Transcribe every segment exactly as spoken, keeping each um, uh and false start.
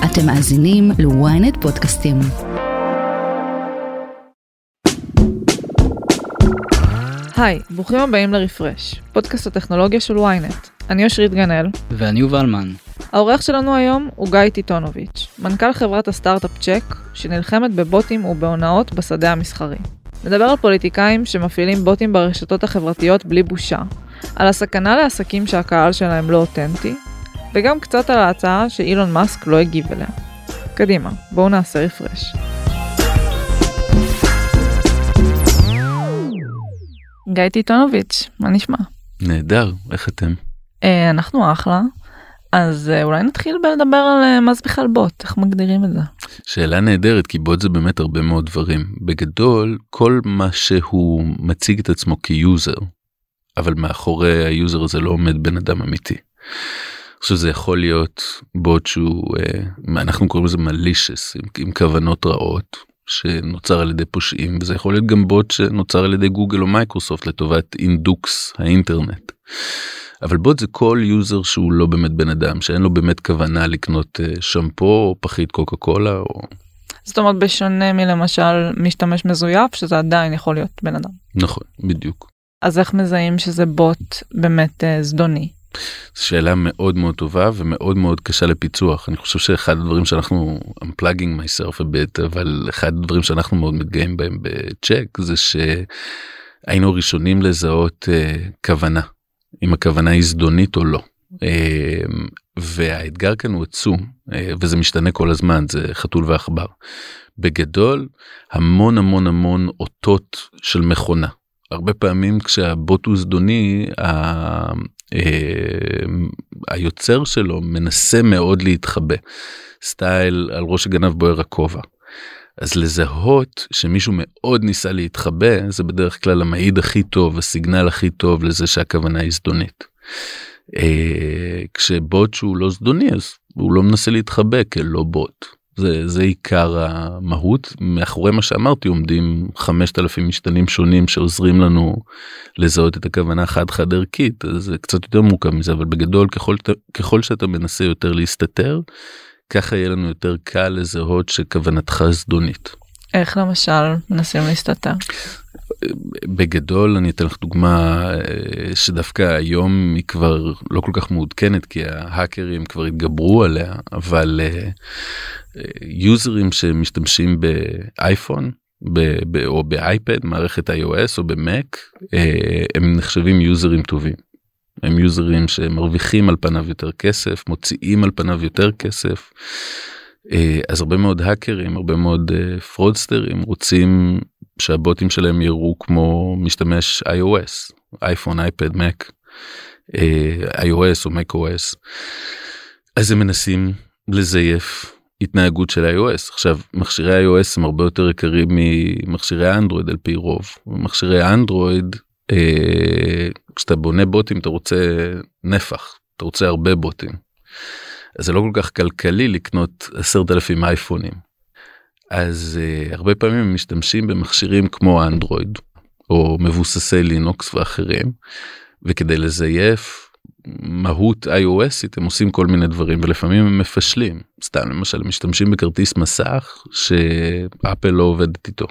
אתם מאזינים ל-ynet פודקאסטים. היי, ברוכים הבאים לרפרש, פודקאסט הטכנולוגיה של ynet. אני אושרית גנאל. ואני יובל מן. העורך שלנו היום הוא גיא טיטונוביץ', מנכ"ל חברת הסטארט-אפ צ'ק, שנלחמת בבוטים ובהונאות בשדה המסחרי. נדבר על פוליטיקאים שמפעילים בוטים ברשתות החברתיות בלי בושה, על הסכנה לעסקים שהקהל שלהם לא אותנטי, וגם קצת על ההצעה שאילון מאסק לא הגיב אליה. קדימה, בואו נעשה רפרש. גיא טיטונוביץ', מה נשמע? נהדר, איך אתם? אה, אנחנו אחלה. אז אה, אולי נתחיל בלדבר על אה, מה זה בכלל בוט, איך מגדירים את זה? שאלה נהדרת, כי בוט זה באמת הרבה מאוד דברים. בגדול, כל מה שהוא מציג את עצמו כיוזר, אבל מאחורי היוזר הזה לא עומד בן אדם אמיתי. עכשיו זה יכול להיות בוט שהוא, אה, אנחנו קוראים לזה malicious, עם, עם כוונות רעות, שנוצר על ידי פושעים, וזה יכול להיות גם בוט שנוצר על ידי גוגל או מייקרוסופט לטובת אינדוקס האינטרנט. אבל בוט זה כל יוזר שהוא לא באמת בן אדם, שאין לו באמת כוונה לקנות שמפו או פחית קוקה קולה. או... זאת אומרת בשונה מלמשל משתמש מזויף, שזה עדיין יכול להיות בן אדם. נכון, בדיוק. אז איך מזהים שזה בוט באמת uh, זדוני? זו שאלה מאוד מאוד טובה ומאוד מאוד קשה לפיצוח. אני חושב שאחד הדברים שאנחנו, I'm plugging myself a bit, אבל אחד הדברים שאנחנו מאוד מתגאים בהם בצ'ק, זה שהיינו ראשונים לזהות uh, כוונה. אם הכוונה היא זדונית או לא. והאתגר כאן הוא עצום, וזה משתנה כל הזמן, זה חתול ועכבר. בגדול, המון המון המון אותות של מכונה. הרבה פעמים כשהבוט הוא זדוני, היוצר שלו מנסה מאוד להתחבא. סטייל על ראש הגנב בוער הכובע. אז לזהות שמישהו מאוד ניסה להתחבא, זה בדרך כלל המעיד הכי טוב, הסיגנל הכי טוב לזה שהכוונה היא זדונית. כשבוט שהוא לא זדוני, אז הוא לא מנסה להתחבא כלא בוט. זה, זה עיקר המהות. מאחורי מה שאמרתי עומדים חמשת אלפים משתנים שונים שעוזרים לנו לזהות את הכוונה חד-חד ערכית. אז זה קצת יותר מורכב מזה, אבל בגדול ככל, ככל שאתה מנסה יותר להסתתר, ככה יהיה לנו יותר קל לזהות שכוונתך זדונית. איך למשל מנסים להסתתר? בגדול אני אתן לך דוגמה שדווקא היום היא כבר לא כל כך מעודכנת, כי ההאקרים כבר התגברו עליה, אבל יוזרים שמשתמשים באייפון, ב- ב- או באייפד, מערכת iOS או במק, הם נחשבים יוזרים טובים. הם יוזרים שמרוויחים על פניו יותר כסף, מוציאים על פניו יותר כסף. אז הרבה מאוד האקרים, הרבה מאוד פרודסטרים רוצים שהבוטים שלהם יראו כמו משתמש iOS, אייפון, אייפד, מק, iOS או macOS. אז הם מנסים לזייף התנהגות של iOS. עכשיו, מכשירי iOS הם הרבה יותר יקרים ממכשירי אנדרואיד על פי רוב. מכשירי אנדרואיד, כשאתה בונה בוטים אתה רוצה נפח, אתה רוצה הרבה בוטים. אז זה לא כל כך כלכלי לקנות עשרת אלפים אייפונים. אז uh, הרבה פעמים הם משתמשים במכשירים כמו אנדרואיד, או מבוססי לינוקס ואחרים, וכדי לזייף מהות iOSית הם עושים כל מיני דברים, ולפעמים הם מפשלים. סתם למשל, הם משתמשים בכרטיס מסך שאפל לא עובדת איתו.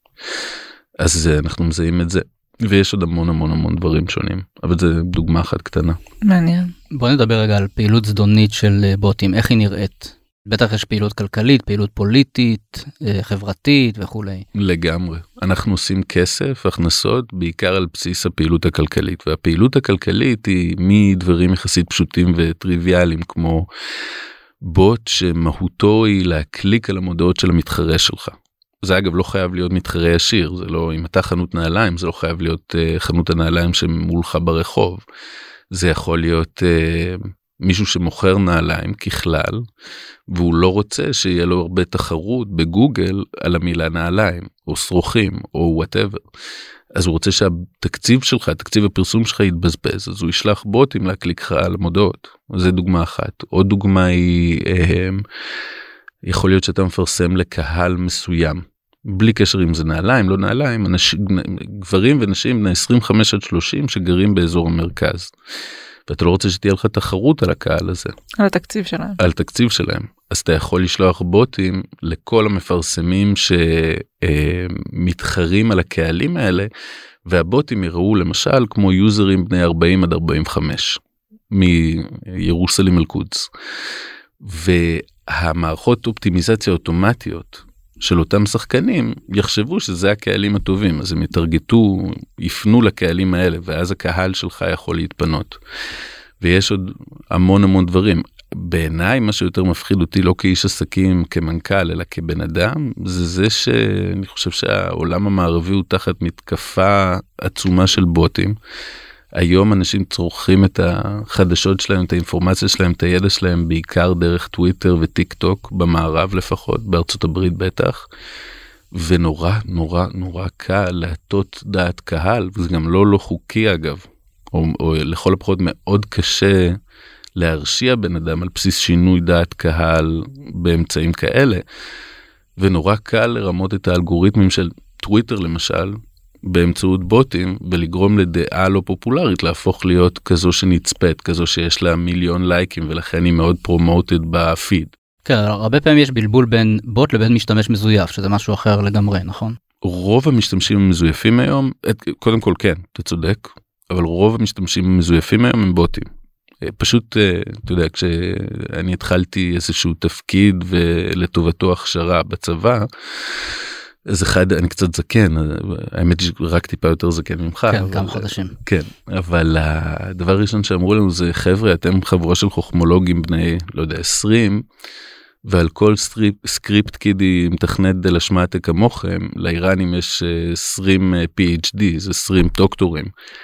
אז uh, אנחנו מזהים את זה. ויש עוד המון המון המון דברים שונים, אבל זה דוגמה אחת קטנה. מעניין. בוא נדבר רגע על פעילות זדונית של בוטים, איך היא נראית? בטח יש פעילות כלכלית, פעילות פוליטית, חברתית וכו'. לגמרי. אנחנו עושים כסף, הכנסות, בעיקר על בסיס הפעילות הכלכלית, והפעילות הכלכלית היא מדברים יחסית פשוטים וטריוויאליים, כמו בוט שמהותו היא להקליק על המודעות של המתחרה שלך. זה אגב לא חייב להיות מתחרה ישיר, זה לא, אם אתה חנות נעליים, זה לא חייב להיות uh, חנות הנעליים שמולך ברחוב. זה יכול להיות uh, מישהו שמוכר נעליים ככלל, והוא לא רוצה שיהיה לו הרבה תחרות בגוגל על המילה נעליים, או שרוכים, או whatever. אז הוא רוצה שהתקציב שלך, תקציב הפרסום שלך יתבזבז, אז הוא ישלח בוטים להקליק לך על המודעות. זו דוגמה אחת. עוד דוגמה היא... Uh, יכול להיות שאתה מפרסם לקהל מסוים, בלי קשר אם זה נעליים, לא נעליים, אנשים, גברים ונשים בני עשרים וחמש עד שלושים שגרים באזור המרכז. ואתה לא רוצה שתהיה לך תחרות על הקהל הזה. על התקציב שלהם. על תקציב שלהם. אז אתה יכול לשלוח בוטים לכל המפרסמים שמתחרים על הקהלים האלה, והבוטים יראו למשל כמו יוזרים בני ארבעים עד ארבעים וחמש מירוסלים אל קודס. והמערכות אופטימיזציה אוטומטיות של אותם שחקנים יחשבו שזה הקהלים הטובים, אז הם יתרגטו, יפנו לקהלים האלה, ואז הקהל שלך יכול להתפנות. ויש עוד המון המון דברים. בעיניי מה שיותר מפחיד אותי לא כאיש עסקים, כמנכ"ל, אלא כבן אדם, זה זה שאני חושב שהעולם המערבי הוא תחת מתקפה עצומה של בוטים. היום אנשים צורכים את החדשות שלהם, את האינפורמציה שלהם, את הידע שלהם, בעיקר דרך טוויטר וטיק טוק, במערב לפחות, בארצות הברית בטח, ונורא נורא נורא קל להטות דעת קהל, וזה גם לא לא חוקי אגב, או, או לכל הפחות מאוד קשה להרשיע בן אדם על בסיס שינוי דעת קהל באמצעים כאלה, ונורא קל לרמות את האלגוריתמים של טוויטר למשל, באמצעות בוטים, ולגרום לדעה לא פופולרית, להפוך להיות כזו שנצפת, כזו שיש לה מיליון לייקים, ולכן היא מאוד פרומוטד בפיד. כן, הרבה פעמים יש בלבול בין בוט לבין משתמש מזויף, שזה משהו אחר לגמרי, נכון? רוב המשתמשים המזויפים היום, קודם כל כן, אתה צודק, אבל רוב המשתמשים המזויפים היום הם בוטים. פשוט, אתה יודע, כשאני התחלתי איזשהו תפקיד ולטובתו הכשרה בצבא, אז אחד, אני קצת זקן, האמת היא רק טיפה יותר זקן ממך. כן, כמה חודשים. כן, אבל הדבר הראשון שאמרו לנו זה, חבר'ה, אתם חבורה של חוכמולוגים בני, לא יודע, עשרים, ועל כל סקריפט קידי מתכנת דלשמטה כמוכם, לאיראנים יש עשרים פי אייץ' די, זה עשרים דוקטורים,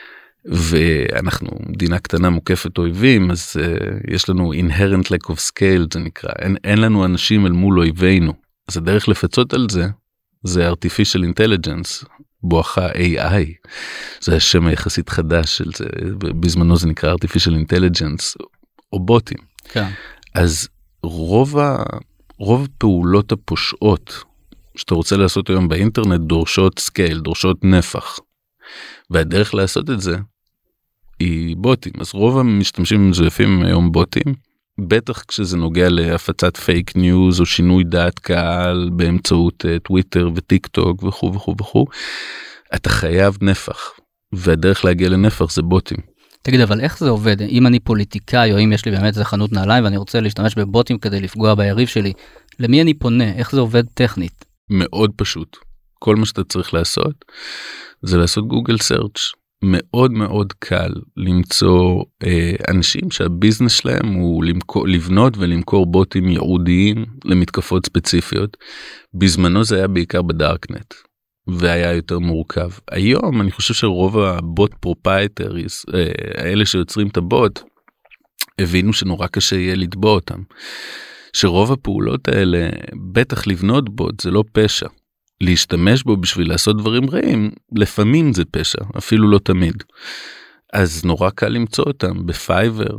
ואנחנו מדינה קטנה מוקפת אויבים, אז יש לנו inherent lack of scale, זה נקרא, אין, אין לנו אנשים אל מול אויבינו, אז הדרך לפצות על זה, זה artificial intelligence, בואכה איי איי, זה השם היחסית חדש של זה, בזמנו זה נקרא artificial intelligence, או בוטים. כן. אז רוב, ה, רוב פעולות הפושעות, שאתה רוצה לעשות היום באינטרנט, דורשות סקייל, דורשות נפח, והדרך לעשות את זה, היא בוטים. אז רוב המשתמשים המזויפים הם היום בוטים, בטח כשזה נוגע להפצת פייק ניוז או שינוי דעת קהל באמצעות טוויטר וטיק טוק וכו' וכו' וכו', אתה חייב נפח, והדרך להגיע לנפח זה בוטים. תגיד, אבל איך זה עובד? אם אני פוליטיקאי או אם יש לי באמת איזה חנות נעליים ואני רוצה להשתמש בבוטים כדי לפגוע ביריב שלי, למי אני פונה? איך זה עובד טכנית? מאוד פשוט. כל מה שאתה צריך לעשות זה לעשות גוגל סרצ'. מאוד מאוד קל למצוא אה, אנשים שהביזנס שלהם הוא למכור, לבנות ולמכור בוטים ייעודיים למתקפות ספציפיות. בזמנו זה היה בעיקר בדארקנט, והיה יותר מורכב. היום אני חושב שרוב הבוט פרופייטריס, אה, האלה שיוצרים את הבוט, הבינו שנורא קשה יהיה לתבוע אותם. שרוב הפעולות האלה, בטח לבנות בוט, זה לא פשע. להשתמש בו בשביל לעשות דברים רעים, לפעמים זה פשע, אפילו לא תמיד. אז נורא קל למצוא אותם בפייבר,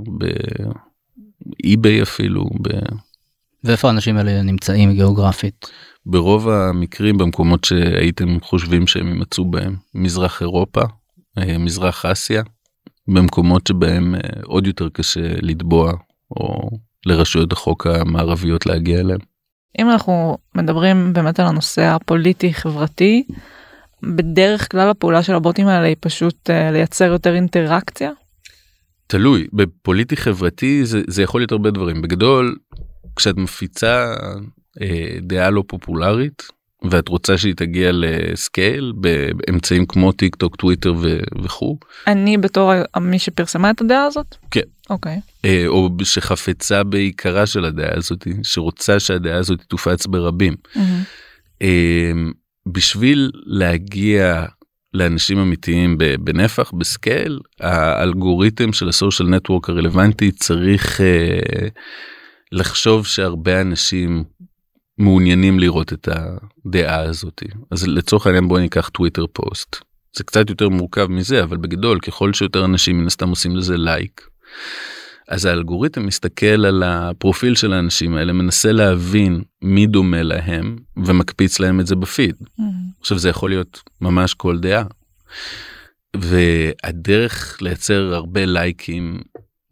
באי-ביי אפילו. ב... ואיפה האנשים האלה נמצאים גיאוגרפית? ברוב המקרים במקומות שהייתם חושבים שהם יימצאו בהם, מזרח אירופה, מזרח אסיה, במקומות שבהם עוד יותר קשה לתבוע, או לרשויות החוק המערביות להגיע אליהם. אם אנחנו מדברים באמת על הנושא הפוליטי-חברתי, בדרך כלל הפעולה של הבוטים האלה היא פשוט לייצר יותר אינטראקציה? תלוי, בפוליטי-חברתי זה, זה יכול להיות הרבה דברים. בגדול, כשאת מפיצה אה, דעה לא פופולרית, ואת רוצה שהיא תגיע לסקייל, באמצעים כמו טיק טוק, טוויטר ו- וכו'. אני בתור מי שפרסמה את הדעה הזאת? כן. אוקיי. אה, או שחפצה בעיקרה של הדעה הזאת, שרוצה שהדעה הזאת תופץ ברבים. Mm-hmm. אה, בשביל להגיע לאנשים אמיתיים בנפח, בסקייל, האלגוריתם של הסושיאל נטוורק הרלוונטי צריך אה, לחשוב שהרבה אנשים מעוניינים לראות את הדעה הזאת. אז לצורך העניין בואי ניקח טוויטר פוסט. זה קצת יותר מורכב מזה, אבל בגדול, ככל שיותר אנשים מן הסתם עושים לזה לייק, אז האלגוריתם מסתכל על הפרופיל של האנשים האלה, מנסה להבין מי דומה להם, ומקפיץ להם את זה בפיד. Mm-hmm. עכשיו זה יכול להיות ממש כל דעה. והדרך לייצר הרבה לייקים,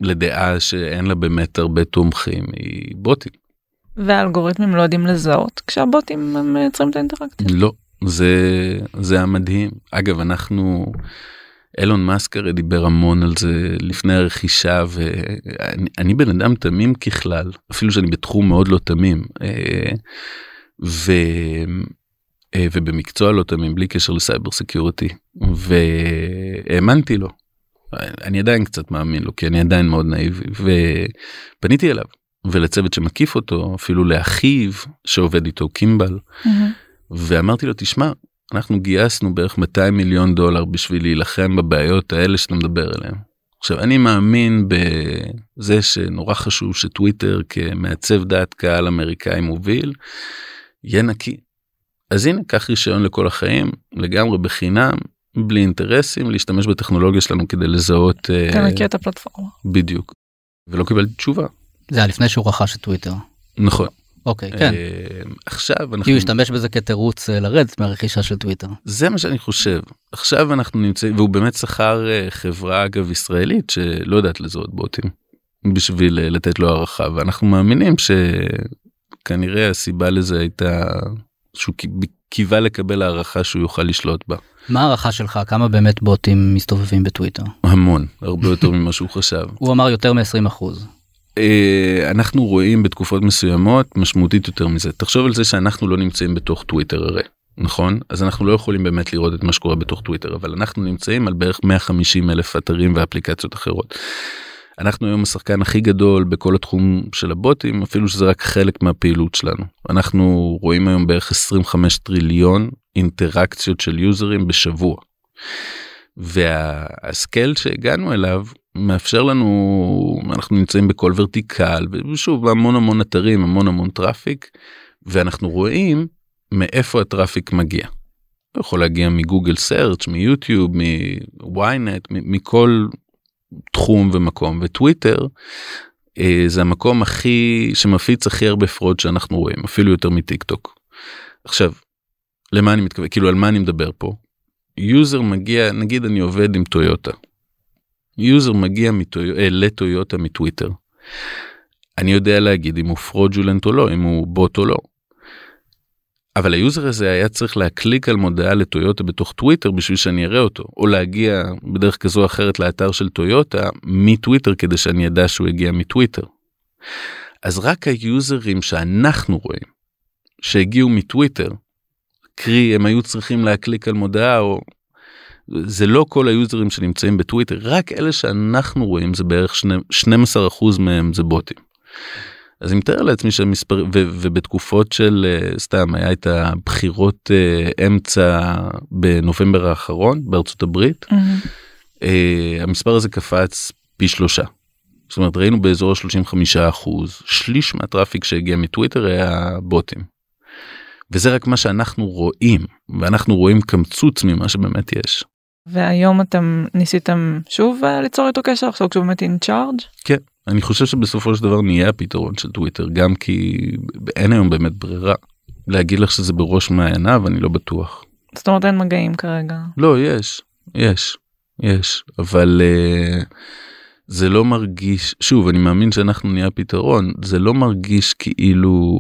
לדעה שאין לה באמת הרבה תומכים, היא בוטים. והאלגוריתמים לא יודעים לזהות כשהבוטים מייצרים את האינטראקציה? לא, זה, זה המדהים. אגב, אנחנו, אילון מאסק הרי דיבר המון על זה לפני הרכישה, ואני אני בן אדם תמים ככלל, אפילו שאני בתחום מאוד לא תמים, ו... ובמקצוע לא תמים, בלי קשר לסייבר סקיוריטי, והאמנתי לו. אני עדיין קצת מאמין לו, כי אני עדיין מאוד נאיבי, ופניתי אליו, ולצוות שמקיף אותו, אפילו לאחיו שעובד איתו, קימבל, mm-hmm. ואמרתי לו, תשמע, אנחנו גייסנו בערך מאתיים מיליון דולר בשביל להילחם בבעיות האלה שאתה מדבר עליהן. עכשיו, אני מאמין בזה שנורא חשוב שטוויטר כמעצב דעת קהל אמריקאי מוביל, יהיה נקי. אז הנה, קח רישיון לכל החיים, לגמרי בחינם, בלי אינטרסים, להשתמש בטכנולוגיה שלנו כדי לזהות... תנקי את הפלטפורמה. בדיוק. ולא קיבלתי תשובה. זה היה לפני שהוא רכש את טוויטר. נכון. אוקיי, כן. עכשיו אנחנו... כי הוא השתמש בזה כתירוץ לרדת מהרכישה של טוויטר. זה מה שאני חושב. עכשיו אנחנו נמצאים, והוא באמת שכר חברה, אגב, ישראלית, שלא יודעת לזהות בוטים, בשביל לתת לו הערכה, ואנחנו מאמינים שכנראה הסיבה לזה הייתה... שהוא קיווה לקבל הערכה שהוא יוכל לשלוט בה. מה הערכה שלך? כמה באמת בוטים מסתובבים בטוויטר? המון, הרבה יותר ממה שהוא חשב. הוא אמר יותר מ-עשרים אחוז. אנחנו רואים בתקופות מסוימות משמעותית יותר מזה. תחשוב על זה שאנחנו לא נמצאים בתוך טוויטר הרי, נכון? אז אנחנו לא יכולים באמת לראות את מה שקורה בתוך טוויטר, אבל אנחנו נמצאים על בערך מאה וחמישים אלף אתרים ואפליקציות אחרות. אנחנו היום השחקן הכי גדול בכל התחום של הבוטים, אפילו שזה רק חלק מהפעילות שלנו. אנחנו רואים היום בערך עשרים וחמישה טריליון אינטראקציות של יוזרים בשבוע. והסקייל שהגענו אליו מאפשר לנו, אנחנו נמצאים בכל ורטיקל, ושוב, המון המון אתרים, המון המון טראפיק, ואנחנו רואים מאיפה הטראפיק מגיע. הוא יכול להגיע מגוגל סרצ', מיוטיוב, מוויינט, מכל... תחום ומקום, וטוויטר אה, זה המקום הכי שמפיץ הכי הרבה פרוד שאנחנו רואים, אפילו יותר מטיק טוק. עכשיו, למה אני מתכוון? כאילו על מה אני מדבר פה? יוזר מגיע, נגיד אני עובד עם טויוטה, יוזר מגיע מטוי... אה, לטויוטה מטוויטר, אני יודע להגיד אם הוא פרודולנט או לא, אם הוא בוט או לא. אבל היוזר הזה היה צריך להקליק על מודעה לטויוטה בתוך טוויטר בשביל שאני אראה אותו, או להגיע בדרך כזו או אחרת לאתר של טויוטה מטוויטר כדי שאני ידע שהוא הגיע מטוויטר. אז רק היוזרים שאנחנו רואים, שהגיעו מטוויטר, קרי הם היו צריכים להקליק על מודעה, או זה לא כל היוזרים שנמצאים בטוויטר, רק אלה שאנחנו רואים זה בערך שנים עשר אחוז מהם זה בוטים. אז אני מתאר לעצמי שהמספר, ו, ובתקופות של, סתם, היה את הבחירות אמצע בנובמבר האחרון, בארצות הברית, mm-hmm. המספר הזה קפץ פי שלושה. זאת אומרת, ראינו באזור שלושים וחמישה אחוז, שליש מהטראפיק שהגיע מטוויטר היה בוטים. וזה רק מה שאנחנו רואים, ואנחנו רואים קמצוץ ממה שבאמת יש. והיום אתם ניסיתם שוב ליצור איתו קשר, עכשיו כשהוא באמת in charge? כן. אני חושב שבסופו של דבר נהיה הפתרון של טוויטר, גם כי אין היום באמת ברירה. להגיד לך שזה בראש מעייניו, אני לא בטוח. זאת אומרת, אין מגעים כרגע. לא, יש, יש, יש, אבל uh, זה לא מרגיש, שוב, אני מאמין שאנחנו נהיה הפתרון, זה לא מרגיש כאילו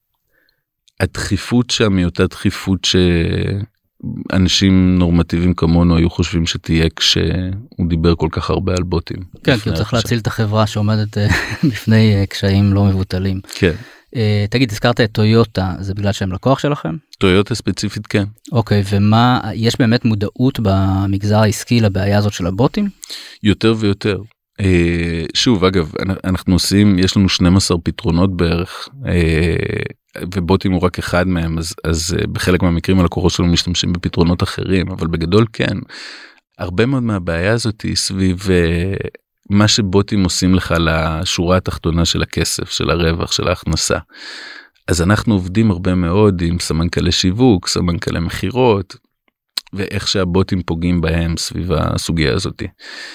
הדחיפות שם היא אותה דחיפות ש... אנשים נורמטיביים כמונו היו חושבים שתהיה כשהוא דיבר כל כך הרבה על בוטים. כן, כי הוא צריך להציל את החברה שעומדת בפני קשיים לא מבוטלים. כן. תגיד, הזכרת את טויוטה, זה בגלל שהם לקוח שלכם? טויוטה ספציפית, כן. אוקיי, ומה, יש באמת מודעות במגזר העסקי לבעיה הזאת של הבוטים? יותר ויותר. שוב, אגב, אנחנו עושים, יש לנו שנים עשר פתרונות בערך, ובוטים הוא רק אחד מהם, אז, אז בחלק מהמקרים הלקוחות שלנו משתמשים בפתרונות אחרים, אבל בגדול כן, הרבה מאוד מהבעיה הזאת היא סביב מה שבוטים עושים לך לשורה התחתונה של הכסף, של הרווח, של ההכנסה. אז אנחנו עובדים הרבה מאוד עם סמנכלי שיווק, סמנכלי מחירות, ואיך שהבוטים פוגעים בהם סביב הסוגיה הזאת.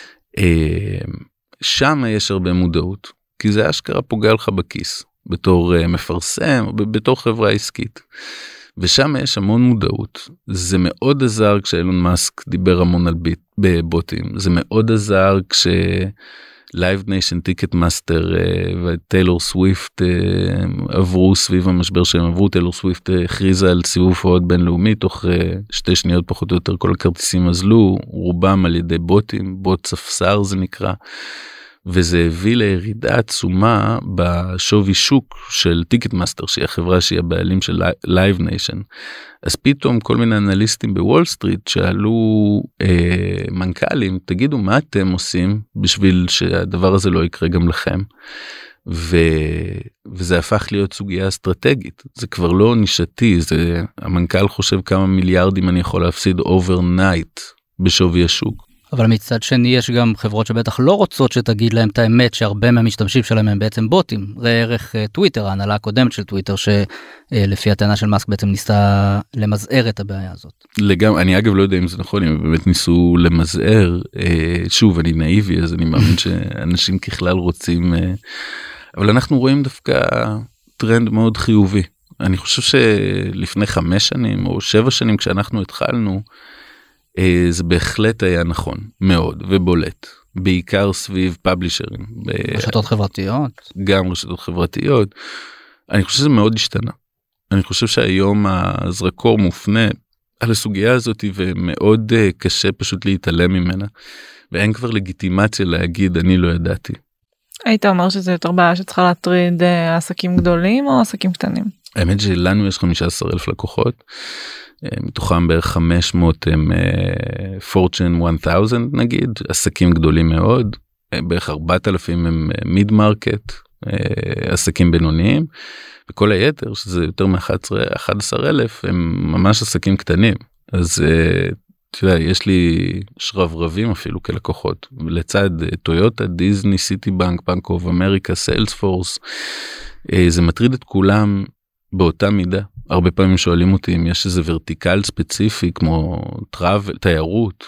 שם יש הרבה מודעות, כי זה אשכרה פוגע לך בכיס. בתור מפרסם, או בתור חברה עסקית. ושם יש המון מודעות. זה מאוד עזר כשאילון מאסק דיבר המון על ביט, בבוטים. זה מאוד עזר Live Nation, טיקטמאסטר וטיילור סוויפט עברו סביב המשבר שהם עברו. טיילור סוויפט הכריזה על סיבוב הופעות בינלאומי, תוך שתי שניות פחות או יותר כל הכרטיסים אזלו, רובם על ידי בוטים, בוט ספסר זה נקרא, וזה הביא לירידה עצומה בשווי שוק של טיקטמאסטר, שהיא החברה שהיא הבעלים של Live Nation. אז פתאום כל מיני אנליסטים בוול סטריט שאלו אה, מנכ"לים, תגידו מה אתם עושים בשביל שהדבר הזה לא יקרה גם לכם, ו... וזה הפך להיות סוגיה אסטרטגית, זה כבר לא נישתי, זה המנכ"ל חושב כמה מיליארדים אני יכול להפסיד אוברנייט בשווי השוק. אבל מצד שני יש גם חברות שבטח לא רוצות שתגיד להם את האמת שהרבה מהמשתמשים שלהם הם בעצם בוטים. ראה ערך טוויטר, ההנהלה הקודמת של טוויטר, שלפי הטענה של מאסק בעצם ניסתה למזער את הבעיה הזאת. לגמרי, אני אגב לא יודע אם זה נכון, אם באמת ניסו למזער, שוב אני נאיבי אז אני מאמין שאנשים ככלל רוצים, אבל אנחנו רואים דווקא טרנד מאוד חיובי. אני חושב שלפני חמש שנים או שבע שנים כשאנחנו התחלנו, זה בהחלט היה נכון מאוד ובולט, בעיקר סביב פאבלישרים. רשתות חברתיות. גם רשתות חברתיות. אני חושב שזה מאוד השתנה. אני חושב שהיום הזרקור מופנה על הסוגיה הזאת ומאוד קשה פשוט להתעלם ממנה. ואין כבר לגיטימציה להגיד אני לא ידעתי. היית אומר שזה יותר בעיה שצריכה להטריד עסקים גדולים או עסקים קטנים? האמת שלנו יש חמישה עשר אלף לקוחות. מתוכם בערך חמש מאות הם פורצ'ן אלף נגיד, עסקים גדולים מאוד, בערך ארבעת אלפים הם מיד מרקט, עסקים בינוניים, וכל היתר שזה יותר מ-אחד עשר אלף הם ממש עסקים קטנים. אז אתה יודע, יש לי שרברבים אפילו כלקוחות, לצד טויוטה, דיזני, סיטי בנק, בנק אוף אמריקה, סיילספורס, זה מטריד את כולם באותה מידה. הרבה פעמים שואלים אותי אם יש איזה ורטיקל ספציפי כמו טראבל, תיירות,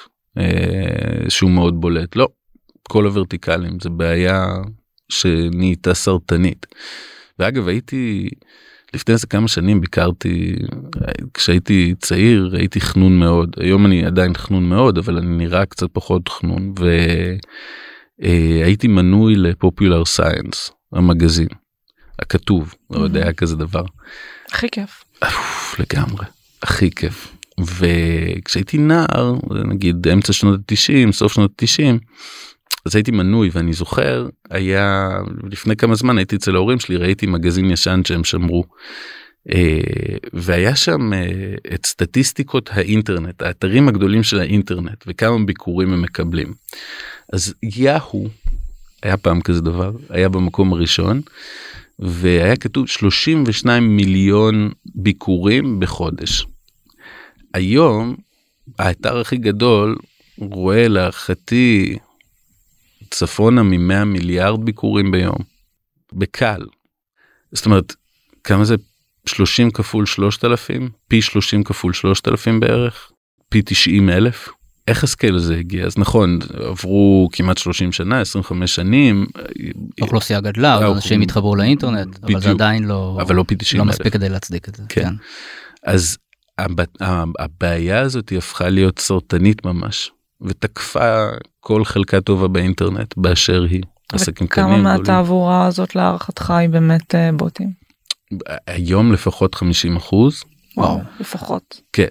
שהוא מאוד בולט. לא, כל הוורטיקלים, זה בעיה שנהייתה סרטנית. ואגב, הייתי, לפני איזה כמה שנים ביקרתי, כשהייתי צעיר, הייתי חנון מאוד. היום אני עדיין חנון מאוד, אבל אני נראה קצת פחות חנון. והייתי מנוי לפופולר סיינס, המגזין, הכתוב, לא יודע, היה כזה דבר. הכי כיף. לגמרי, הכי כיף. וכשהייתי נער, נגיד אמצע שנות ה-תשעים, סוף שנות ה-תשעים, אז הייתי מנוי, ואני זוכר, היה, לפני כמה זמן הייתי אצל ההורים שלי, ראיתי מגזין ישן שהם שמרו, והיה שם את סטטיסטיקות האינטרנט, האתרים הגדולים של האינטרנט, וכמה ביקורים הם מקבלים. אז יאהו, היה פעם כזה דבר, היה במקום הראשון, והיה כתוב שלושים ושניים מיליון ביקורים בחודש. היום, האתר הכי גדול רואה להערכתי צפונה מ-מאה מיליארד ביקורים ביום. בקל. זאת אומרת, כמה זה שלושים כפול שלושת אלפים? פי שלושים כפול שלושת אלפים בערך? פי תשעים אלף? איך הסקייל הזה הגיע? אז נכון, עברו כמעט שלושים שנה, עשרים וחמש שנים. האוכלוסייה גדלה, אנשים התחברו לאינטרנט, אבל זה עדיין לא מספיק כדי להצדיק את זה. כן. אז הבעיה הזאת היא הפכה להיות סרטנית ממש, ותקפה כל חלקה טובה באינטרנט באשר היא. וכמה מהתעבורה הזאת להערכתך היא באמת בוטים? היום לפחות חמישים אחוז. וואו, לפחות. כן,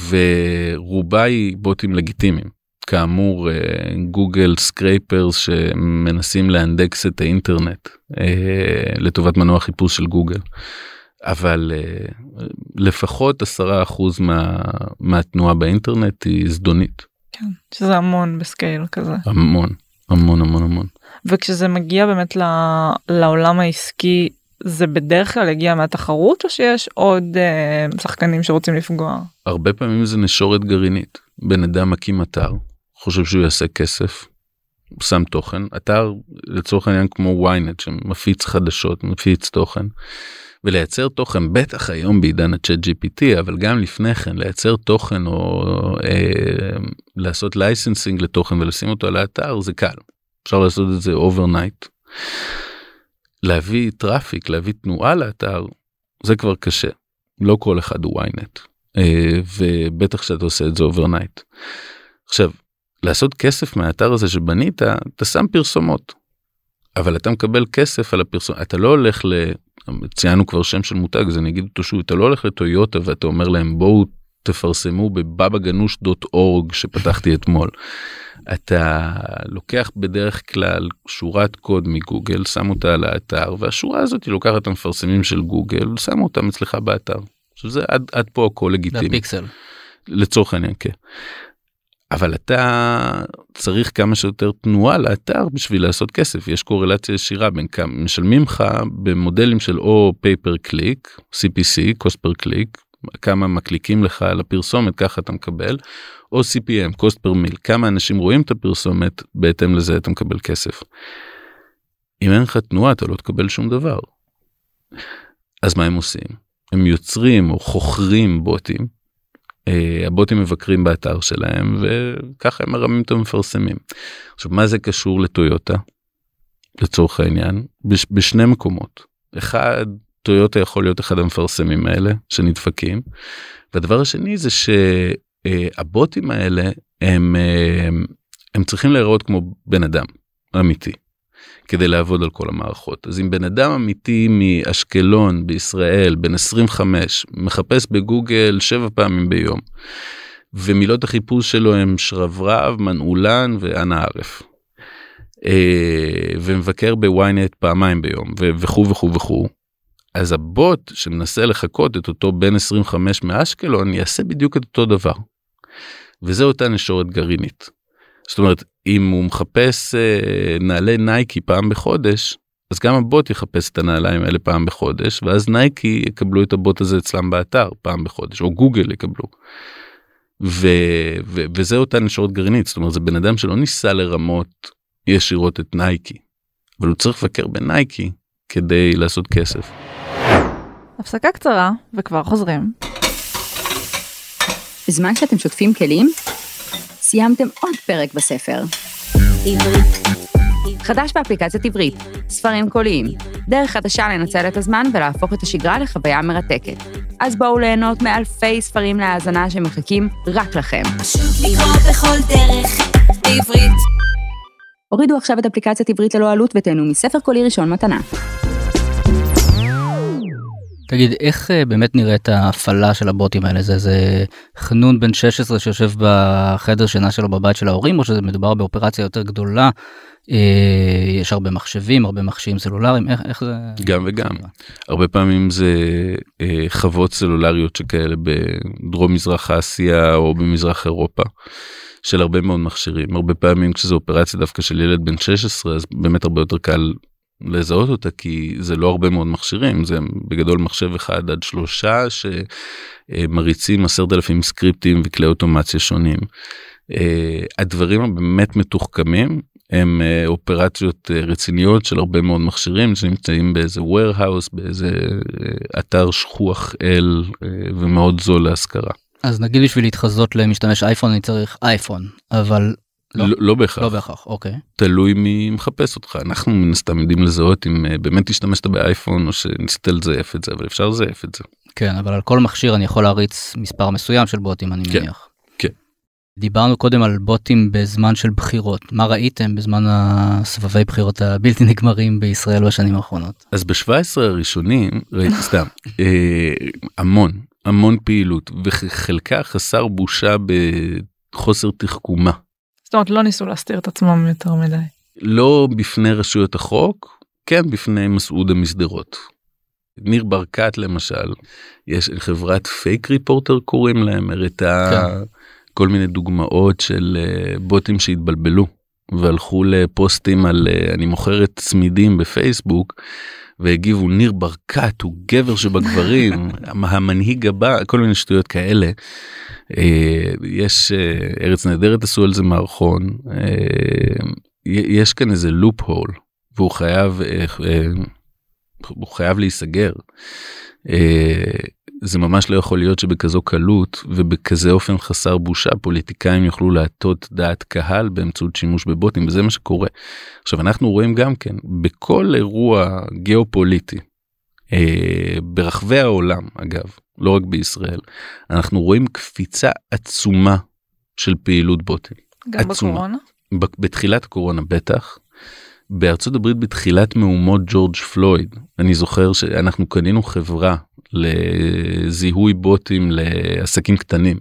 ורובה היא בוטים לגיטימיים. כאמור, גוגל סקרייפרס שמנסים לאנדקס את האינטרנט לטובת מנוע חיפוש של גוגל. אבל לפחות עשרה אחוז מה, מהתנועה באינטרנט היא זדונית. כן, שזה המון בסקייל כזה. המון, המון, המון, המון. וכשזה מגיע באמת לעולם העסקי, זה בדרך כלל הגיע מהתחרות, או שיש עוד אה, שחקנים שרוצים לפגוע? הרבה פעמים זה נשורת גרעינית. בן אדם מקים אתר, חושב שהוא יעשה כסף, שם תוכן. אתר לצורך העניין כמו וויינט, שמפיץ חדשות, מפיץ תוכן. ולייצר תוכן, בטח היום בעידן ה-צ'אט ג'י פי טי, אבל גם לפני כן, לייצר תוכן או אה, לעשות לייסנסינג לתוכן ולשים אותו על האתר, זה קל. אפשר לעשות את זה אוברנייט. להביא טראפיק, להביא תנועה לאתר, זה כבר קשה. לא כל אחד הוא וויינט. ובטח שאתה עושה את זה אוברנייט. עכשיו, לעשות כסף מהאתר הזה שבנית, אתה שם פרסומות. אבל אתה מקבל כסף על הפרסום, אתה לא הולך ל... ציינו כבר שם של מותג, אז אני אגיד אותו שוב, אתה לא הולך לטויוטה ואתה אומר להם בואו תפרסמו בבאבא גנוש דוט אורג שפתחתי אתמול. אתה לוקח בדרך כלל שורת קוד מגוגל, שם אותה על האתר, והשורה הזאת היא לוקחת את המפרסמים של גוגל, שם אותם אצלך באתר. שזה עד, עד פה הכל לגיטימי. לפיקסל. לצורך העניין, כן. אבל אתה צריך כמה שיותר תנועה לאתר בשביל לעשות כסף. יש קורלציה ישירה בין כמה משלמים לך במודלים של או pay per click, סי פי סי, cost per click, כמה מקליקים לך על הפרסומת, ככה אתה מקבל, או סי פי אם, cost per mil, כמה אנשים רואים את הפרסומת, בהתאם לזה אתה מקבל כסף. אם אין לך תנועה, אתה לא תקבל שום דבר. אז מה הם עושים? הם יוצרים או חוכרים בוטים, הבוטים מבקרים באתר שלהם, וככה הם מרמים את המפרסמים. עכשיו, מה זה קשור לטויוטה? לצורך העניין, בש, בשני מקומות. אחד, טויוטה יכול להיות אחד המפרסמים האלה, שנדפקים, והדבר השני זה שהבוטים האלה, הם, הם צריכים להיראות כמו בן אדם, אמיתי, כדי לעבוד על כל המערכות. אז אם בן אדם אמיתי מאשקלון בישראל, בן עשרים וחמש, מחפש בגוגל שבע פעמים ביום, ומילות החיפוש שלו הם שרברב, מנעולן ואנה ערף, ומבקר בוויינט פעמיים ביום, וכו' וכו' וכו', אז הבוט שמנסה לחכות את אותו בן עשרים וחמש מאשקלון, יעשה בדיוק את אותו דבר. וזה אותה נשורת גרעינית. זאת אומרת, אם הוא מחפש אה, נעלי נייקי פעם בחודש, אז גם הבוט יחפש את הנעליים האלה פעם בחודש, ואז נייקי יקבלו את הבוט הזה אצלם באתר פעם בחודש, או גוגל יקבלו. ו, ו, וזה אותה נשורת גרעינית, זאת אומרת, זה בן אדם שלא ניסה לרמות ישירות את נייקי, אבל הוא צריך לבקר בנייקי כדי לעשות כסף. הפסקה קצרה, וכבר חוזרים. בזמן שאתם שוטפים כלים, סיימתם עוד פרק בספר. עברית. חדש באפליקציית עברית, ספרים קוליים, דרך חדשה לנצל את הזמן ולהפוך את השגרה לחוויה מרתקת. אז בואו ליהנות מאלפי ספרים להאזנה שמחכים רק לכם. פשוט לקרוא בכל דרך, בעברית. הורידו עכשיו את אפליקציית עברית ללא עלות ותהנו מספר קולי ראשון מתנה. תגיד, איך באמת נראית ההפעלה של הבוטים האלה? זה, זה חנון בן שש עשרה שיושב בחדר שינה שלו בבית של ההורים, או שזה מדובר באופרציה יותר גדולה? אה, יש הרבה מחשבים, הרבה מכשירים סלולריים, איך, איך זה? גם וגם. הרבה פעמים זה אה, חוות סלולריות שכאלה בדרום מזרח אסיה או במזרח אירופה, של הרבה מאוד מכשירים. הרבה פעמים כשזו אופרציה דווקא של ילד בן שש עשרה, אז באמת הרבה יותר קל לזהות אותה, כי זה לא הרבה מאוד מכשירים, זה בגדול מחשב אחד עד שלושה שמריצים עשרת אלפים סקריפטים וכלי אוטומציה שונים. הדברים הבאמת מתוחכמים הם אופרציות רציניות של הרבה מאוד מכשירים שנמצאים באיזה warehouse, באיזה אתר שכוח אל ומאוד זול להשכרה. אז נגיד בשביל להתחזות למשתמש אייפון אני צריך אייפון, אבל לא, לא, לא בהכרח. לא בהכרח, אוקיי. תלוי מי מחפש אותך. אנחנו מן הסתם יודעים לזהות אם באמת השתמשת באייפון או שניסית לזייף את זה, אבל אפשר לזייף את זה. כן, אבל על כל מכשיר אני יכול להריץ מספר מסוים של בוטים, אני כן, מניח. כן. דיברנו קודם על בוטים בזמן של בחירות. מה ראיתם בזמן הסבבי בחירות הבלתי נגמרים בישראל בשנים האחרונות? אז ב-שבע עשרה הראשונים, ראיתי סתם, המון, המון פעילות, וחלקה חסר בושה בחוסר תחכומה. זאת אומרת, לא ניסו להסתיר את עצמם יותר מדי. לא בפני רשויות החוק, כן בפני מסעודה משדרות. ניר ברקת למשל, יש חברת פייק ריפורטר קוראים להם, הראתה כן. כל מיני דוגמאות של בוטים שהתבלבלו, והלכו לפוסטים על אני מוכרת צמידים בפייסבוק, והגיבו ניר ברקת הוא גבר שבגברים, המנהיג הבא, כל מיני שטויות כאלה. יש ארץ נהדרת עשו על זה מערכון, יש כאן איזה לופ הול, והוא חייב, הוא חייב להיסגר. זה ממש לא יכול להיות שבכזו קלות ובכזה אופן חסר בושה פוליטיקאים יוכלו להטות דעת קהל באמצעות שימוש בבוטים, וזה מה שקורה. עכשיו אנחנו רואים גם כן בכל אירוע גיאופוליטי אה, ברחבי העולם, אגב לא רק בישראל, אנחנו רואים קפיצה עצומה של פעילות בוטים. גם עצומה. בקורונה? בתחילת הקורונה בטח, בארצות הברית בתחילת מהומות ג'ורג' פלויד, אני זוכר שאנחנו קנינו חברה לזיהוי בוטים לעסקים קטנים.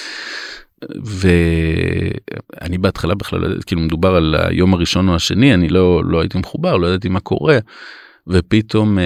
ואני בהתחלה בכלל, כאילו מדובר על היום הראשון או השני, אני לא, לא הייתי מחובר, לא ידעתי מה קורה, ופתאום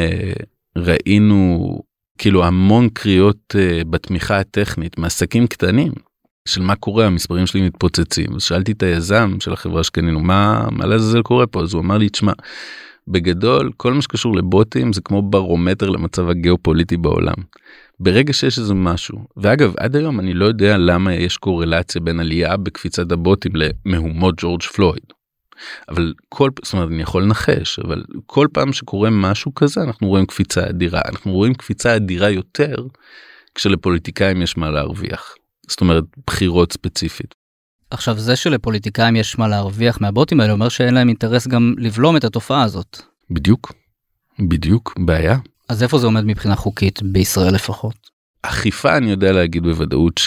ראינו כאילו המון קריאות בתמיכה הטכנית מעסקים קטנים, של מה קורה, המספרים שלי מתפוצצים. אז שאלתי את היזם של החברה שקנינו, מה, מה לזה קורה פה? אז הוא אמר לי, תשמע, בגדול, כל מה שקשור לבוטים זה כמו ברומטר למצב הגיאופוליטי בעולם. ברגע שיש איזה משהו, ואגב, עד היום אני לא יודע למה יש קורלציה בין עלייה בקפיצת הבוטים למהומות ג'ורג' פלויד. אבל כל, זאת אומרת, אני יכול לנחש, אבל כל פעם שקורה משהו כזה, אנחנו רואים קפיצה אדירה. אנחנו רואים קפיצה אדירה יותר, כשלפוליטיקאים יש מה להרוויח. זאת אומרת, בחירות ספציפית. עכשיו, זה שלפוליטיקאים יש מה להרוויח מהבוטים האלה, אומר שאין להם אינטרס גם לבלום את התופעה הזאת. בדיוק. בדיוק, בעיה. אז איפה זה עומד מבחינה חוקית, בישראל לפחות? אכיפה, אני יודע להגיד בוודאות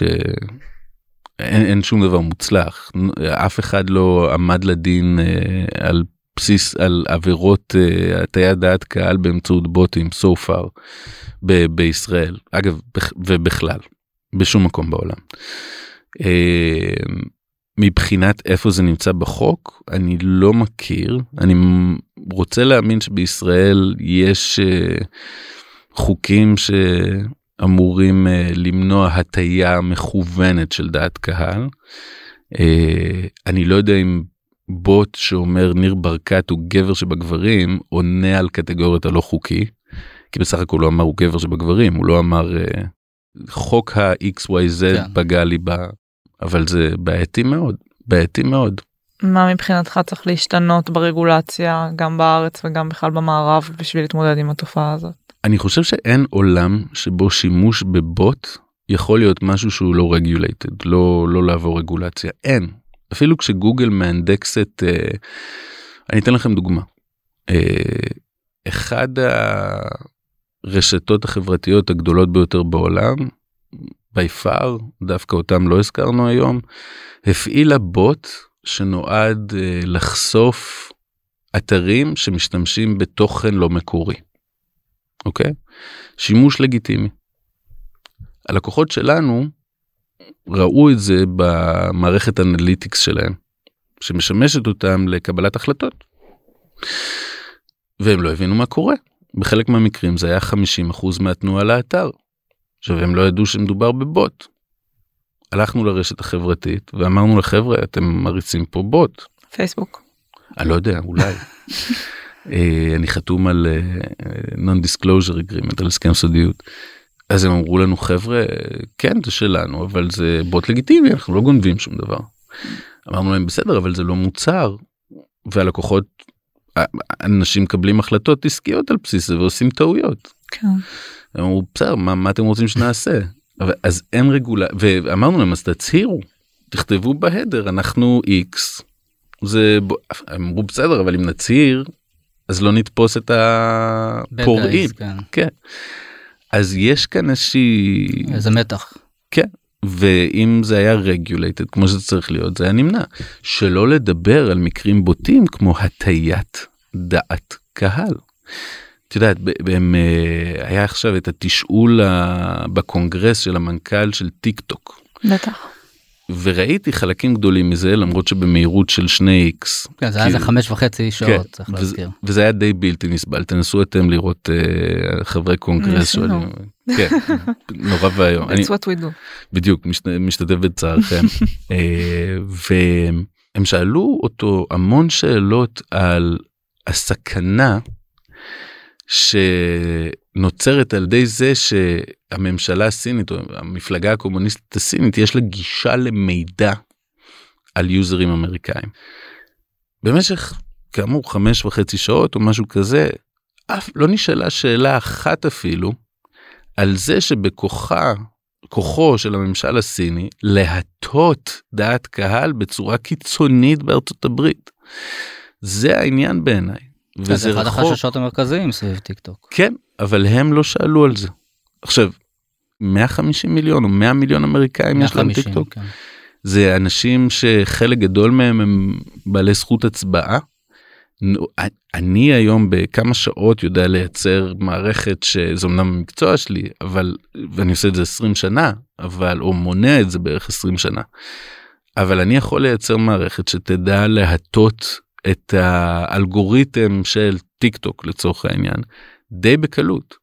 שאין אין שום דבר מוצלח. אף אחד לא עמד לדין אה, על בסיס, על עבירות אה, הטיית דעת קהל באמצעות בוטים, so far, ב- בישראל. אגב, בכ- ובכלל, בשום מקום בעולם. אה, מבחינת איפה זה נמצא בחוק, אני לא מכיר. אני רוצה להאמין שבישראל יש uh, חוקים שאמורים uh, למנוע הטיה מכוונת של דעת קהל. Uh, אני לא יודע אם בוט שאומר ניר ברקת הוא גבר שבגברים, עונה על קטגוריות הלא חוקי, כי בסך הכל הוא אמר הוא גבר שבגברים, הוא לא אמר uh, חוק ה-X Y Z כן. פגע לי בה. אבל זה בעייתי מאוד, בעייתי מאוד. מה מבחינתך צריך להשתנות ברגולציה, גם בארץ וגם בכלל במערב, בשביל להתמודד עם התופעה הזאת? אני חושב שאין עולם שבו שימוש בבוט יכול להיות משהו שהוא לא רגולייטד, לא, לא לעבור רגולציה. אין. אפילו כשגוגל מאנדקסת, אה, אני אתן לכם דוגמה. אה, אחד הרשתות החברתיות הגדולות ביותר בעולם, by far, דווקא אותם לא הזכרנו היום, הפעילה בוט שנועד uh, לחשוף אתרים שמשתמשים בתוכן לא מקורי. אוקיי? שימוש לגיטימי. הלקוחות שלנו ראו את זה במערכת אנליטיקס שלהם, שמשמשת אותם לקבלת החלטות. והם לא הבינו מה קורה. בחלק מהמקרים זה היה חמישים אחוז מהתנועה לאתר. עכשיו, הם לא ידעו שמדובר בבוט. הלכנו לרשת החברתית, ואמרנו לחבר'ה, אתם מריצים פה בוט. פייסבוק. אני לא יודע, אולי. אני חתום על non-disclosure agreement, על הסכם סודיות. אז הם אמרו לנו, חבר'ה, כן, זה שלנו, אבל זה בוט לגיטימי, אנחנו לא גונבים שום דבר. אמרנו להם, בסדר, אבל זה לא מוצר. והלקוחות, אנשים מקבלים החלטות עסקיות על בסיס זה, ועושים טעויות. כן. הם אמרו, בסדר, מה, מה אתם רוצים שנעשה? אבל, אז אין רגולה, ואמרנו להם, אז תצהירו, תכתבו בהדר, אנחנו X. זה, הם אמרו, בסדר, אבל אם נצהיר, אז לא נתפוס את הפורעים. כן. כן. אז יש כאן איזושהי... איזה מתח. כן. ואם זה היה רגולייטד, כמו שזה צריך להיות, זה היה נמנע. שלא לדבר על מקרים בוטים, כמו הטיית דעת קהל. את יודעת, היה עכשיו את התשאול בקונגרס של המנכ"ל של טיק טוק. בטח. וראיתי חלקים גדולים מזה, למרות שבמהירות של שני איקס. כן, זה היה איזה חמש וחצי שעות, צריך להזכיר. וזה היה די בלתי נסבל. תנסו אתם לראות חברי קונגרס. כן, נורא והיום. That's what we do. בדיוק, משתתף בצערכם. והם שאלו אותו המון שאלות על הסכנה שנוצרת על ידי זה שהממשלה הסינית או המפלגה הקומוניסטית הסינית יש לה גישה למידע על יוזרים אמריקאים. במשך כאמור חמש וחצי שעות או משהו כזה, אף לא נשאלה שאלה אחת אפילו על זה שבכוחה, כוחו של הממשל הסיני להטות דעת קהל בצורה קיצונית בארצות הברית. זה העניין בעיניי. וזה אחד החששות המרכזיים סביב טיק טוק. כן, אבל הם לא שאלו על זה. עכשיו, מאה וחמישים מיליון או מאה מיליון אמריקאים יש להם טיק טוק. כן. זה אנשים שחלק גדול מהם הם בעלי זכות הצבעה. אני היום בכמה שעות יודע לייצר מערכת שזה אמנם המקצוע שלי, אבל, ואני עושה את זה עשרים שנה, אבל, או מונע את זה בערך עשרים שנה. אבל אני יכול לייצר מערכת שתדע להטות את האלגוריתם של טיק טוק לצורך העניין, די בקלות.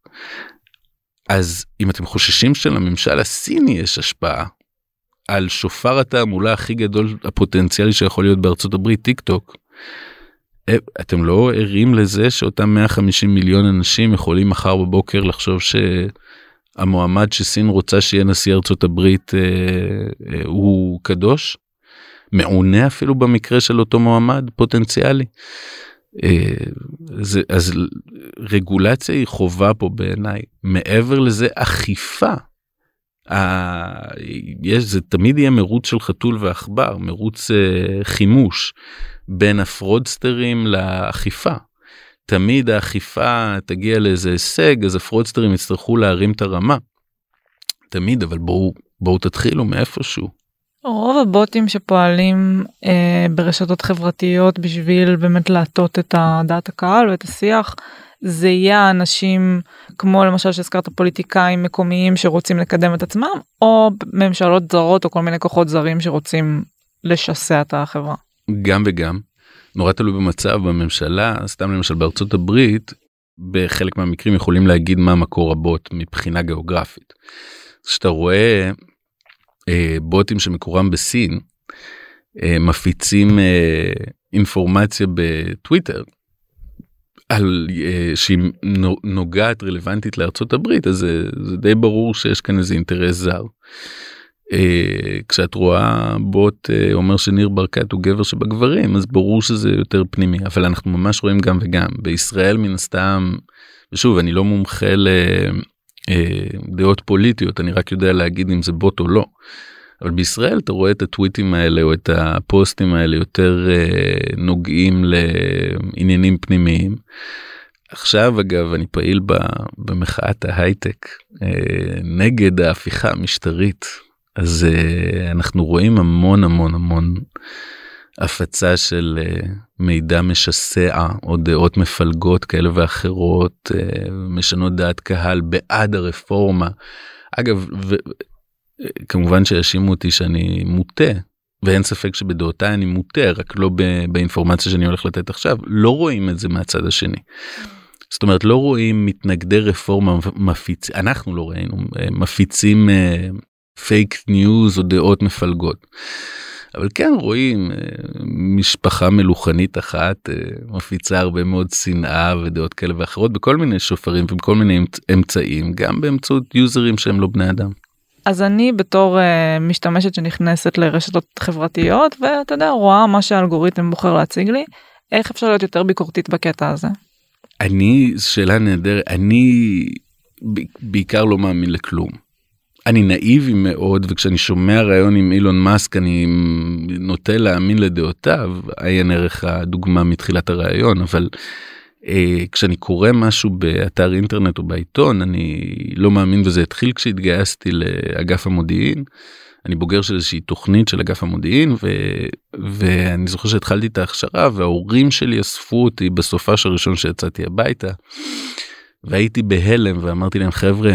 אז אם אתם חוששים שלממשל הסיני יש השפעה על שופר התעמולה הכי גדול הפוטנציאלי שיכול להיות בארצות הברית, טיק טוק, אתם לא ערים לזה שאותם מאה וחמישים מיליון אנשים יכולים מחר בבוקר לחשוב שהמועמד שסין רוצה שיהיה נשיא ארצות הברית אה, אה, הוא קדוש? מעונה אפילו במקרה של אותו מועמד פוטנציאלי. אה, זה, אז רגולציה היא חובה פה בעיניי. מעבר לזה אכיפה. ה... יש, זה תמיד יהיה מרוץ של חתול ועכבר, מרוץ אה, חימוש. בין הפרודסטרים לאכיפה. תמיד האכיפה תגיע לאיזה הישג, אז הפרודסטרים יצטרכו להרים את הרמה. תמיד, אבל בואו, בואו תתחילו מאיפשהו. רוב הבוטים שפועלים אה, ברשתות חברתיות בשביל באמת להטות את דעת הקהל ואת השיח, זה יהיה אנשים כמו למשל שהזכרת פוליטיקאים מקומיים שרוצים לקדם את עצמם, או ממשלות זרות או כל מיני כוחות זרים שרוצים לשסע את החברה. גם וגם, נורא תלוי במצב בממשלה, סתם למשל בארצות הברית, בחלק מהמקרים יכולים להגיד מה מקור הבוט מבחינה גיאוגרפית. כשאתה רואה אה, בוטים שמקורם בסין, אה, מפיצים אה, אינפורמציה בטוויטר, על, אה, שהיא נוגעת רלוונטית לארצות הברית, אז זה, זה די ברור שיש כאן איזה אינטרס זר. Uh, כשאת רואה בוט uh, אומר שניר ברקת הוא גבר שבגברים, אז ברור שזה יותר פנימי, אבל אנחנו ממש רואים גם וגם. בישראל מן הסתם, ושוב, אני לא מומחה לדעות uh, פוליטיות, אני רק יודע להגיד אם זה בוט או לא, אבל בישראל אתה רואה את הטוויטים האלה או את הפוסטים האלה יותר uh, נוגעים לעניינים פנימיים. עכשיו אגב אני פעיל במחאת ההייטק uh, נגד ההפיכה המשטרית, אז uh, אנחנו רואים המון המון המון הפצה של uh, מידע משסע או דעות מפלגות כאלה ואחרות, uh, משנות דעת קהל בעד הרפורמה. אגב, ו, כמובן שישימו אותי שאני מוטה, ואין ספק שבדעותיי אני מוטה, רק לא ב, באינפורמציה שאני הולך לתת עכשיו, לא רואים את זה מהצד השני. זאת אומרת, לא רואים מתנגדי רפורמה מפיצים, אנחנו לא ראינו, מפיצים uh, פייק ניוז או דעות מפלגות. אבל כן רואים משפחה מלוכנית אחת מפיצה הרבה מאוד שנאה ודעות כאלה ואחרות בכל מיני שופרים ובכל מיני אמצעים, גם באמצעות יוזרים שהם לא בני אדם. אז אני בתור uh, משתמשת שנכנסת לרשתות חברתיות, ואתה יודע, רואה מה שהאלגוריתם בוחר להציג לי, איך אפשר להיות יותר ביקורתית בקטע הזה? אני, שאלה נהדרת, אני בעיקר לא מאמין לכלום. אני נאיבי מאוד, וכשאני שומע רעיון עם אילון מאסק, אני נוטה להאמין לדעותיו, עיין ערך הדוגמה מתחילת הרעיון, אבל אה, כשאני קורא משהו באתר אינטרנט או בעיתון, אני לא מאמין, וזה התחיל כשהתגייסתי לאגף המודיעין, אני בוגר של איזושהי תוכנית של אגף המודיעין, ו, ואני זוכר שהתחלתי את ההכשרה, וההורים שלי אספו אותי בסופש הראשון שיצאתי הביתה, והייתי בהלם, ואמרתי להם, חבר'ה,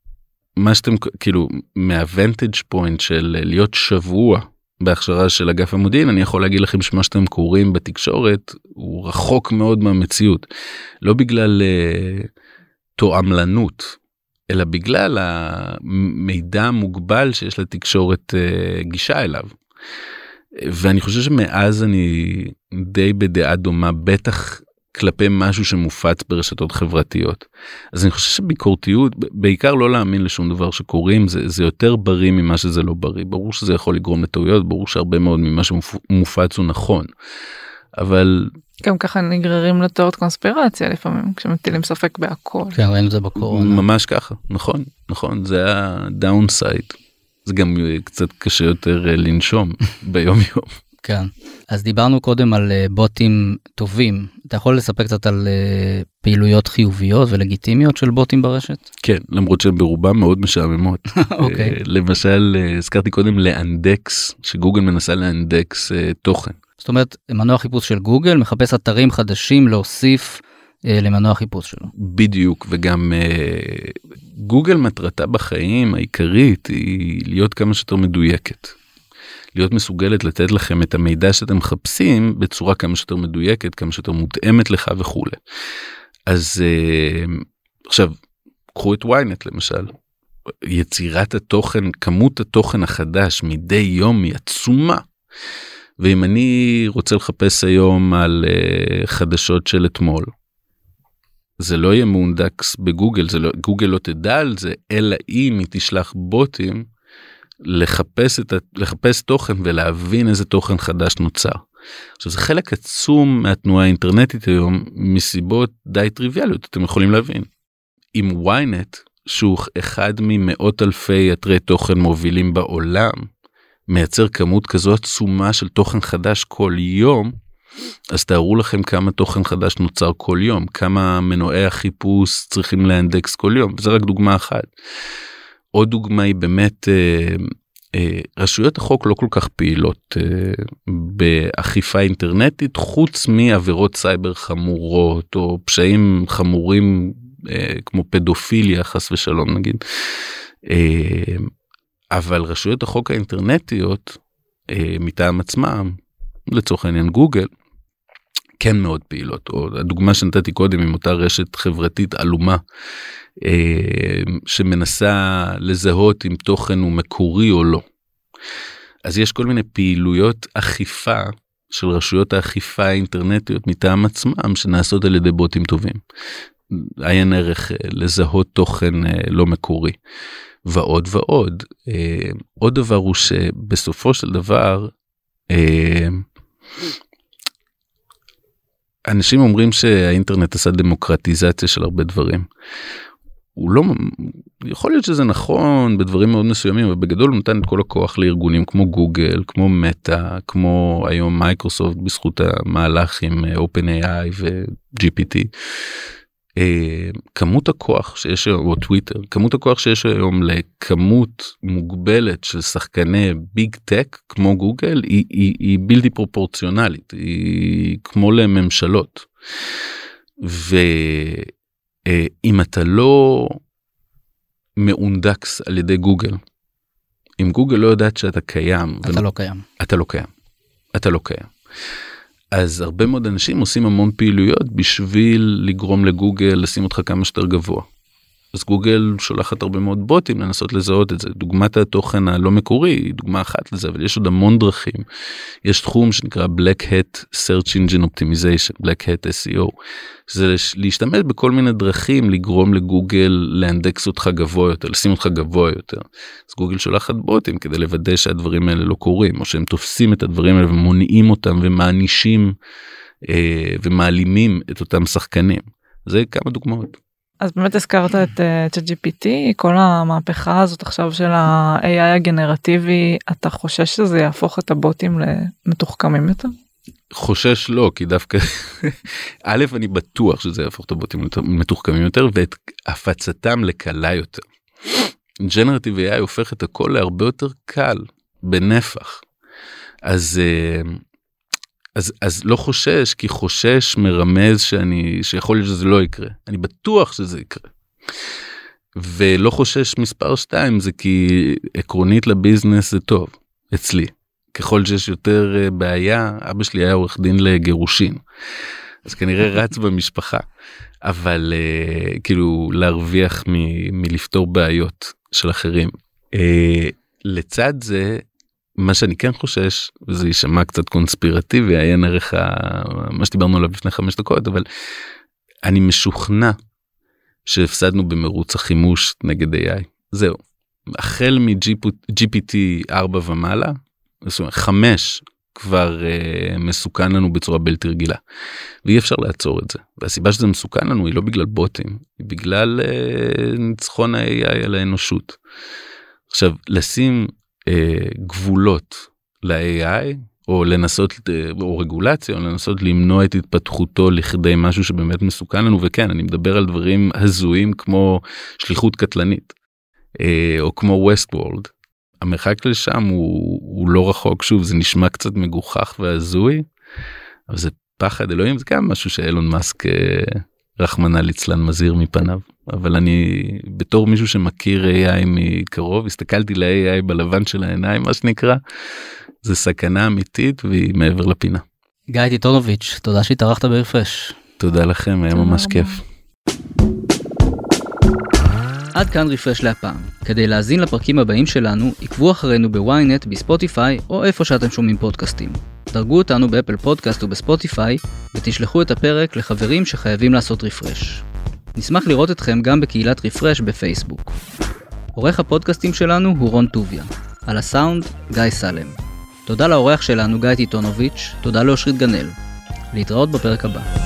מה שאתם, כאילו, מהוונטג' פוינט של להיות שבוע בהכשרה של אגף המודיעין, אני יכול להגיד לכם שמה שאתם קוראים בתקשורת, הוא רחוק מאוד מהמציאות. לא בגלל uh, תועמלנות, אלא בגלל המידע המוגבל שיש לתקשורת uh, גישה אליו. ואני חושב שמאז אני די בדעה דומה, בטח כלפי משהו שמופץ ברשתות חברתיות. אז אני חושב שביקורתיות, בעיקר לא להאמין לשום דבר שקוראים, זה, זה יותר בריא ממה שזה לא בריא. ברור שזה יכול לגרום לטעויות, ברור שהרבה מאוד ממה שמופץ הוא נכון. אבל גם ככה נגררים לתיאוריות קונספירציה לפעמים, כשמטילים ספק בהכל. כן, ראינו זה בקורונה. ממש ככה, נכון, נכון, זה הדאונסייד. זה גם קצת קשה יותר לנשום ביום יום. כן, אז דיברנו קודם על בוטים טובים. אתה יכול לספק קצת על פעילויות חיוביות ולגיטימיות של בוטים ברשת? כן, למרות שהן ברובם מאוד משעממות. אוקיי. למשל, הזכרתי קודם לאנדקס, שגוגל מנסה לאנדקס תוכן. זאת אומרת, מנוע חיפוש של גוגל מחפש אתרים חדשים להוסיף אה, למנוע חיפוש שלו. בדיוק, וגם אה, גוגל מטרתה בחיים העיקרית היא להיות כמה שיותר מדויקת. להיות מסוגלת לתת לכם את המידע שאתם מחפשים בצורה כמה שיותר מדויקת, כמה שיותר מותאמת לך וכו'. אז אה, עכשיו, קחו את וויינט למשל. יצירת התוכן, כמות התוכן החדש מדי יום היא עצומה. ואם אני רוצה לחפש היום על uh, חדשות של אתמול, זה לא יהיה מאונדקס בגוגל, זה לא, גוגל לא תדע על זה, אלא אם היא תשלח בוטים לחפש, את, לחפש תוכן ולהבין איזה תוכן חדש נוצר. עכשיו זה חלק עצום מהתנועה האינטרנטית היום, מסיבות די טריוויאליות, אתם יכולים להבין. עם וויינט, שהוא אחד ממאות אלפי אתרי תוכן מובילים בעולם, מייצר כמות כזו עצומה של תוכן חדש כל יום, אז תארו לכם כמה תוכן חדש נוצר כל יום, כמה מנועי החיפוש צריכים לאנדקס כל יום, וזה רק דוגמה אחת. עוד דוגמה היא באמת, אה, אה, רשויות החוק לא כל כך פעילות אה, באכיפה אינטרנטית, חוץ מעבירות סייבר חמורות, או פשעים חמורים, אה, כמו פדופיליה, חס ושלום נגיד, אה, אבל רשויות החוק האינטרנטיות, אה, מטעם עצמם, לצורך העניין גוגל, כן מאוד פעילות, או הדוגמה שנתתי קודם עם אותה רשת חברתית אלומה, אה, שמנסה לזהות אם תוכן הוא מקורי או לא. אז יש כל מיני פעילויות אכיפה, של רשויות האכיפה האינטרנטיות מטעם עצמם, שנעשות על ידי בוטים טובים. עיין ערך לזהות תוכן לא מקורי. ועוד ועוד. אה, עוד דבר הוא שבסופו של דבר, אה, אנשים אומרים שהאינטרנט עשה דמוקרטיזציה של הרבה דברים. הוא לא, יכול להיות שזה נכון בדברים מאוד מסוימים, אבל בגדול הוא נתן את כל הכוח לארגונים כמו גוגל, כמו מטא, כמו היום מייקרוסופט, בזכות המהלך עם OpenAI ו-ג'י פי טי. כמות הכוח שיש היום, או טוויטר, כמות הכוח שיש היום לכמות מוגבלת של שחקני ביג טק כמו גוגל, היא, היא, היא בלתי פרופורציונלית, היא כמו לממשלות. ואם אתה לא מאונדקס על ידי גוגל, אם גוגל לא יודעת שאתה קיים, אתה לא קיים. אתה לא קיים. אתה לא קיים. אז הרבה מאוד אנשים עושים המון פעילויות בשביל לגרום לגוגל לשים אותך כמה שיותר גבוה. אז גוגל שולחת הרבה מאוד בוטים לנסות לזהות את זה. דוגמת התוכן הלא מקורי היא דוגמה אחת לזה, אבל יש עוד המון דרכים. יש תחום שנקרא Black Hat Search Engine Optimization, Black Hat אס אי או. זה להשתמש בכל מיני דרכים לגרום לגוגל לאנדקס אותך גבוה יותר, לשים אותך גבוה יותר. אז גוגל שולחת בוטים כדי לוודא שהדברים האלה לא קורים, או שהם תופסים את הדברים האלה ומונעים אותם ומענישים אה, ומעלימים את אותם שחקנים. זה כמה דוגמאות. אז באמת הזכרת את צ'אט ג'י פי טי, כל המהפכה הזאת עכשיו של ה-איי איי הגנרטיבי, אתה חושש שזה יהפוך את הבוטים למתוחכמים יותר? חושש לא, כי דווקא, א', אני בטוח שזה יהפוך את הבוטים למתוחכמים יותר, ואת הפצתם לקלה יותר. ג'נרטיב איי איי הופך את הכל להרבה יותר קל, בנפח. אז... אז, אז לא חושש, כי חושש מרמז שאני, שיכול להיות שזה לא יקרה. אני בטוח שזה יקרה. ולא חושש מספר שתיים, זה כי עקרונית לביזנס זה טוב, אצלי. ככל שיש יותר בעיה, אבא שלי היה עורך דין לגירושין. אז כנראה רץ במשפחה. אבל כאילו להרוויח מ, מלפתור בעיות של אחרים. לצד זה, מה שאני כן חושש, וזה יישמע קצת קונספירטיבי, היה נערך מה שדיברנו עליו לפני חמש דקות, אבל אני משוכנע שהפסדנו במרוץ החימוש נגד איי איי. זהו. החל מ-ג'י פי טי ארבע ומעלה, זאת אומרת, חמש כבר uh, מסוכן לנו בצורה בלתי רגילה. ואי אפשר לעצור את זה. והסיבה שזה מסוכן לנו היא לא בגלל בוטים, היא בגלל uh, ניצחון ה-איי איי על האנושות. עכשיו, לשים גבולות ל-איי איי, או לנסות, או רגולציה, או לנסות למנוע את התפתחותו לכדי משהו שבאמת מסוכן לנו, וכן, אני מדבר על דברים הזויים כמו שליחות קטלנית, או כמו ווסט וורלד, המרחק לשם הוא, הוא לא רחוק, שוב זה נשמע קצת מגוחך והזוי, אבל זה פחד אלוהים, זה גם משהו שאילון מאסק רחמנא ליצלן מזהיר מפניו, אבל אני בתור מישהו שמכיר איי איי מקרוב, הסתכלתי ל-איי איי בלבן של העיניים, מה שנקרא, זה סכנה אמיתית והיא מעבר לפינה. גיא טיטונוביץ', תודה שהתארחת ברפרש. תודה לכם, היה ממש כיף. עד כאן רפרש להפעם. כדי להזין לפרקים הבאים שלנו, עקבו אחרינו בוויינט, בספוטיפיי או איפה שאתם שומעים פודקאסטים. דרגו אותנו באפל פודקאסט ובספוטיפיי ותשלחו את הפרק לחברים שחייבים לעשות רפרש. נשמח לראות אתכם גם בקהילת רפרש בפייסבוק. עורך הפודקאסטים שלנו הוא רון טוביה. על הסאונד, גיא סלם. תודה לעורך שלנו גיא טיטונוביץ', תודה לאושרית גנאל. להתראות בפרק הבא.